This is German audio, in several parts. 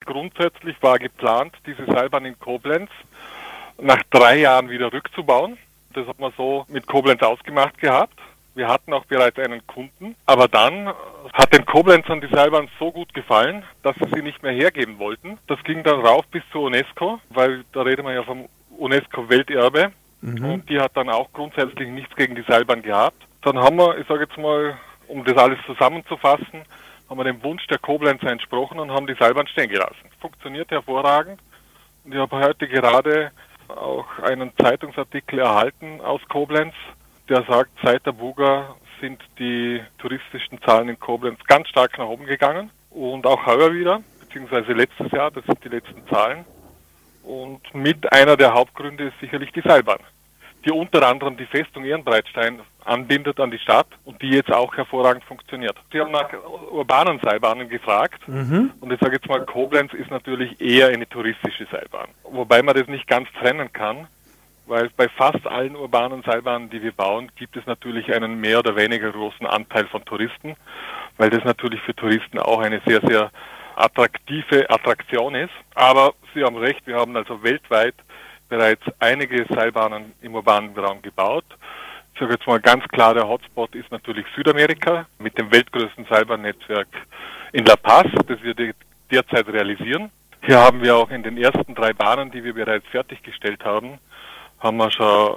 grundsätzlich war geplant, diese Seilbahn in Koblenz nach 3 Jahren wieder rückzubauen. Das hat man so mit Koblenz ausgemacht gehabt. Wir hatten auch bereits einen Kunden, aber dann hat den Koblenzern die Seilbahn so gut gefallen, dass sie nicht mehr hergeben wollten. Das ging dann rauf bis zur UNESCO, weil da redet man ja vom UNESCO-Welterbe. Und die hat dann auch grundsätzlich nichts gegen die Seilbahn gehabt. Dann haben wir, ich sage jetzt mal, um das alles zusammenzufassen, haben wir dem Wunsch der Koblenzer entsprochen und haben die Seilbahn stehen gelassen. Funktioniert hervorragend. Und ich habe heute gerade auch einen Zeitungsartikel erhalten aus Koblenz, der sagt, seit der Buga sind die touristischen Zahlen in Koblenz ganz stark nach oben gegangen. Und auch heuer wieder, beziehungsweise letztes Jahr, das sind die letzten Zahlen. Und mit einer der Hauptgründe ist sicherlich die Seilbahn, die unter anderem die Festung Ehrenbreitstein anbindet an die Stadt und die jetzt auch hervorragend funktioniert. Sie haben nach urbanen Seilbahnen gefragt und ich sage jetzt mal, Koblenz ist natürlich eher eine touristische Seilbahn. Wobei man das nicht ganz trennen kann, weil bei fast allen urbanen Seilbahnen, die wir bauen, gibt es natürlich einen mehr oder weniger großen Anteil von Touristen, weil das natürlich für Touristen auch eine sehr, sehr attraktive Attraktion ist. Aber Sie haben recht, wir haben also weltweit bereits einige Seilbahnen im urbanen Raum gebaut. Ich sage jetzt mal ganz klar, der Hotspot ist natürlich Südamerika mit dem weltgrößten Seilbahnnetzwerk in La Paz, das wir derzeit realisieren. Hier haben wir auch in den ersten 3 Bahnen, die wir bereits fertiggestellt haben wir schon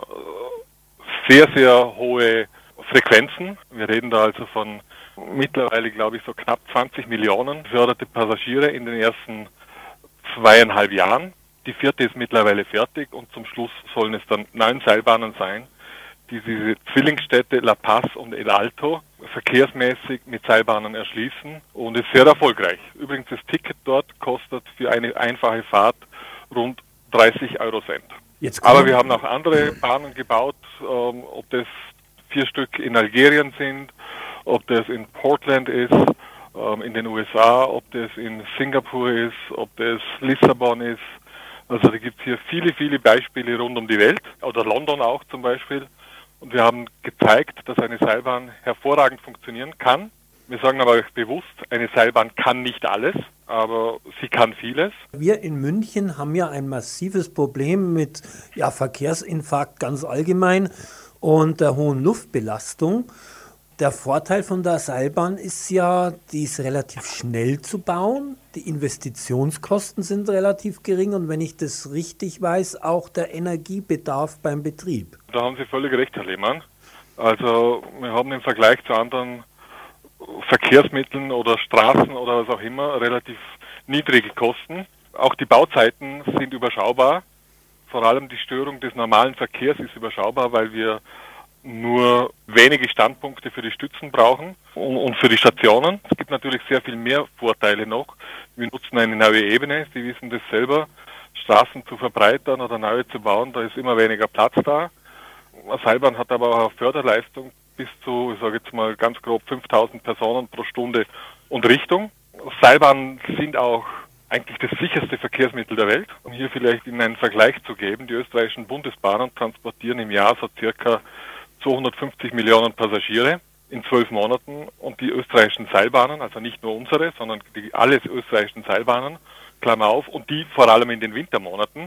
sehr, sehr hohe Frequenzen. Wir reden da also von mittlerweile, glaube ich, so knapp 20 Millionen beförderte Passagiere in den ersten 2,5 Jahren. Die 4. ist mittlerweile fertig und zum Schluss sollen es dann 9 Seilbahnen sein, die diese Zwillingsstädte La Paz und El Alto verkehrsmäßig mit Seilbahnen erschließen und ist sehr erfolgreich. Übrigens, das Ticket dort kostet für eine einfache Fahrt rund 30 Eurocent. Aber wir haben auch andere Bahnen gebaut, ob das 4 Stück in Algerien sind, ob das in Portland ist, in den USA, ob das in Singapur ist, ob das Lissabon ist. Also da gibt es hier viele, viele Beispiele rund um die Welt, oder London auch zum Beispiel. Und wir haben gezeigt, dass eine Seilbahn hervorragend funktionieren kann. Wir sagen aber bewusst, eine Seilbahn kann nicht alles, aber sie kann vieles. Wir in München haben ja ein massives Problem mit Verkehrsinfarkt ganz allgemein und der hohen Luftbelastung. Der Vorteil von der Seilbahn ist ja, die ist relativ schnell zu bauen, die Investitionskosten sind relativ gering und wenn ich das richtig weiß, auch der Energiebedarf beim Betrieb. Da haben Sie völlig recht, Herr Lehmann. Also wir haben im Vergleich zu anderen Verkehrsmitteln oder Straßen oder was auch immer relativ niedrige Kosten. Auch die Bauzeiten sind überschaubar. Vor allem die Störung des normalen Verkehrs ist überschaubar, weil wir nur wenige Standpunkte für die Stützen brauchen und für die Stationen. Es gibt natürlich sehr viel mehr Vorteile noch. Wir nutzen eine neue Ebene, Sie wissen das selber, Straßen zu verbreitern oder neue zu bauen, da ist immer weniger Platz da. Eine Seilbahn hat aber auch eine Förderleistung bis zu, ich sage jetzt mal ganz grob, 5000 Personen pro Stunde und Richtung. Seilbahnen sind auch eigentlich das sicherste Verkehrsmittel der Welt. Um hier vielleicht Ihnen einen Vergleich zu geben, die österreichischen Bundesbahnen transportieren im Jahr so circa 250 Millionen Passagiere in 12 Monaten und die österreichischen Seilbahnen, also nicht nur unsere, sondern alle österreichischen Seilbahnen, Klammer auf, und die vor allem in den Wintermonaten,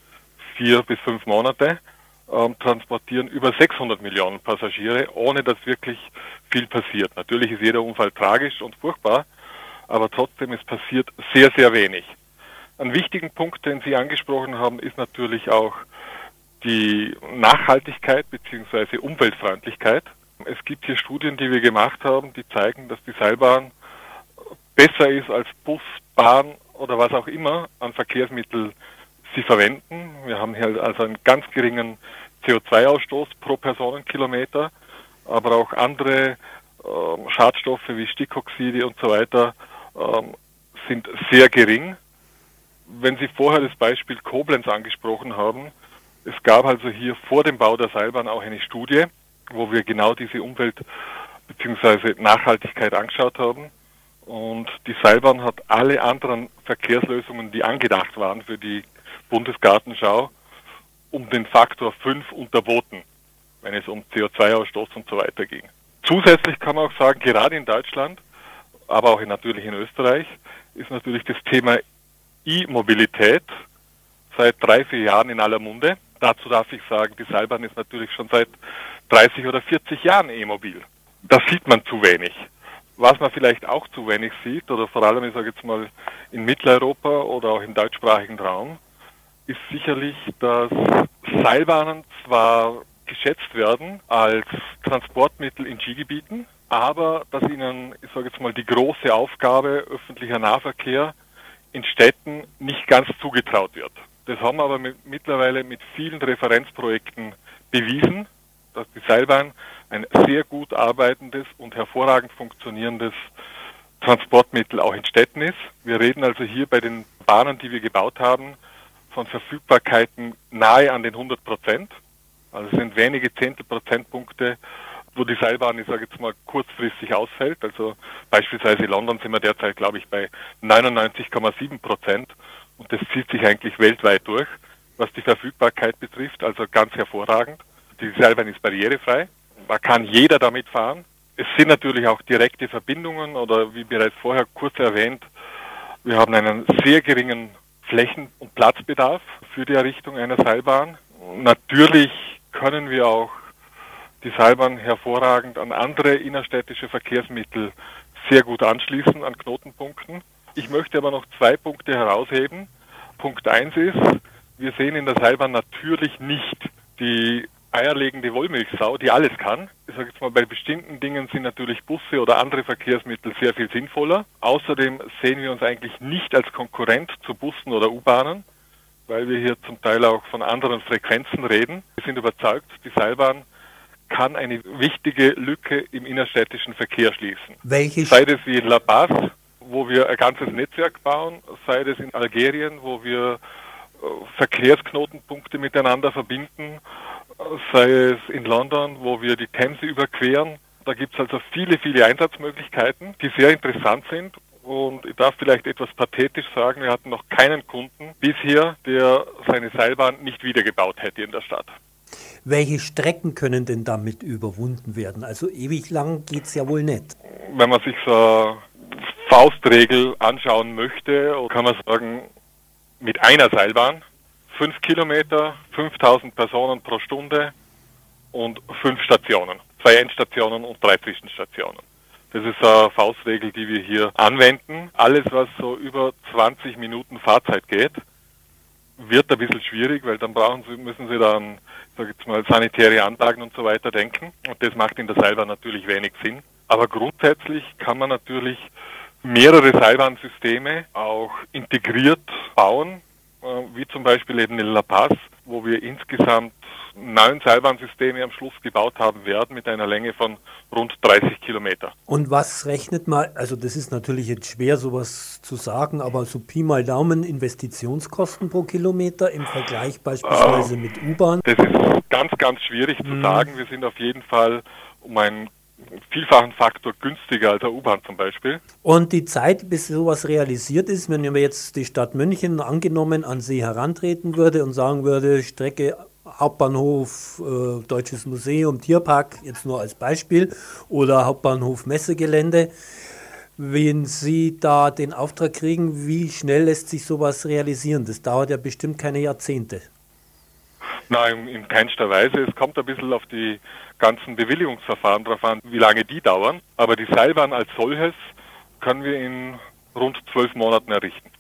4 bis 5 Monate, transportieren über 600 Millionen Passagiere, ohne dass wirklich viel passiert. Natürlich ist jeder Unfall tragisch und furchtbar, aber trotzdem, es passiert sehr, sehr wenig. Ein wichtigen Punkt, den Sie angesprochen haben, ist natürlich auch die Nachhaltigkeit bzw. Umweltfreundlichkeit. Es gibt hier Studien, die wir gemacht haben, die zeigen, dass die Seilbahn besser ist als Bus, Bahn oder was auch immer an Verkehrsmittel Sie verwenden. Wir haben hier also einen ganz geringen CO2-Ausstoß pro Personenkilometer, aber auch andere Schadstoffe wie Stickoxide und so weiter sind sehr gering. Wenn Sie vorher das Beispiel Koblenz angesprochen haben, es gab also hier vor dem Bau der Seilbahn auch eine Studie, wo wir genau diese Umwelt- bzw. Nachhaltigkeit angeschaut haben. Und die Seilbahn hat alle anderen Verkehrslösungen, die angedacht waren für die Bundesgartenschau, um den Faktor 5 unterboten, wenn es um CO2-Ausstoß und so weiter ging. Zusätzlich kann man auch sagen, gerade in Deutschland, aber auch natürlich in Österreich, ist natürlich das Thema E-Mobilität seit 3-4 Jahren in aller Munde. Dazu darf ich sagen, die Seilbahn ist natürlich schon seit 30 oder 40 Jahren e-mobil. Das sieht man zu wenig. Was man vielleicht auch zu wenig sieht, oder vor allem, ich sage jetzt mal, in Mitteleuropa oder auch im deutschsprachigen Raum, ist sicherlich, dass Seilbahnen zwar geschätzt werden als Transportmittel in Skigebieten, aber dass ihnen, ich sage jetzt mal, die große Aufgabe öffentlicher Nahverkehr in Städten nicht ganz zugetraut wird. Das haben wir aber mittlerweile mit vielen Referenzprojekten bewiesen, dass die Seilbahn ein sehr gut arbeitendes und hervorragend funktionierendes Transportmittel auch in Städten ist. Wir reden also hier bei den Bahnen, die wir gebaut haben, von Verfügbarkeiten nahe an den 100%. Also es sind wenige Zehntelprozentpunkte, wo die Seilbahn, ich sage jetzt mal, kurzfristig ausfällt. Also beispielsweise in London sind wir derzeit, glaube ich, bei 99,7%. Und das zieht sich eigentlich weltweit durch, was die Verfügbarkeit betrifft. Also ganz hervorragend. Die Seilbahn ist barrierefrei. Man kann jeder damit fahren. Es sind natürlich auch direkte Verbindungen oder wie bereits vorher kurz erwähnt, wir haben einen sehr geringen Flächen- und Platzbedarf für die Errichtung einer Seilbahn. Natürlich können wir auch die Seilbahn hervorragend an andere innerstädtische Verkehrsmittel sehr gut anschließen, an Knotenpunkten. Ich möchte aber noch 2 Punkte herausheben. Punkt 1 ist, wir sehen in der Seilbahn natürlich nicht die eierlegende Wollmilchsau, die alles kann. Ich sage jetzt mal, bei bestimmten Dingen sind natürlich Busse oder andere Verkehrsmittel sehr viel sinnvoller. Außerdem sehen wir uns eigentlich nicht als Konkurrent zu Bussen oder U-Bahnen, weil wir hier zum Teil auch von anderen Frequenzen reden. Wir sind überzeugt, die Seilbahn kann eine wichtige Lücke im innerstädtischen Verkehr schließen. Welche? Sei das wie in La Paz, wo wir ein ganzes Netzwerk bauen, sei das in Algerien, wo wir Verkehrsknotenpunkte miteinander verbinden, sei es in London, wo wir die Themse überqueren. Da gibt es also viele, viele Einsatzmöglichkeiten, die sehr interessant sind. Und ich darf vielleicht etwas pathetisch sagen, wir hatten noch keinen Kunden bisher, der seine Seilbahn nicht wiedergebaut hätte in der Stadt. Welche Strecken können denn damit überwunden werden? Also ewig lang geht es ja wohl nicht. Wenn man sich so eine Faustregel anschauen möchte, kann man sagen, mit einer Seilbahn 5 Kilometer, 5000 Personen pro Stunde und 5 Stationen, 2 Endstationen und 3 Zwischenstationen. Das ist eine Faustregel, die wir hier anwenden. Alles, was so über 20 Minuten Fahrzeit geht, wird ein bisschen schwierig, weil dann müssen Sie dann, sag ich jetzt mal, sanitäre Anlagen und so weiter denken. Und das macht in der Seilbahn natürlich wenig Sinn. Aber grundsätzlich kann man natürlich mehrere Seilbahnsysteme auch integriert bauen, wie zum Beispiel eben in La Paz, wo wir insgesamt 9 Seilbahnsysteme am Schluss gebaut haben werden mit einer Länge von rund 30 Kilometer. Und was rechnet mal, also das ist natürlich jetzt schwer sowas zu sagen, aber so Pi mal Daumen Investitionskosten pro Kilometer im Vergleich beispielsweise mit U-Bahn? Das ist ganz, ganz schwierig zu sagen. Wir sind auf jeden Fall um einen vielfachen Faktor günstiger als eine U-Bahn zum Beispiel. Und die Zeit, bis sowas realisiert ist, wenn mir jetzt die Stadt München angenommen an Sie herantreten würde und sagen würde, Strecke Hauptbahnhof, Deutsches Museum, Tierpark, jetzt nur als Beispiel, oder Hauptbahnhof Messegelände, wenn Sie da den Auftrag kriegen, wie schnell lässt sich sowas realisieren? Das dauert ja bestimmt keine Jahrzehnte. Nein, in keinster Weise. Es kommt ein bisschen auf die ganzen Bewilligungsverfahren drauf an, wie lange die dauern. Aber die Seilbahn als solches können wir in rund 12 Monaten errichten.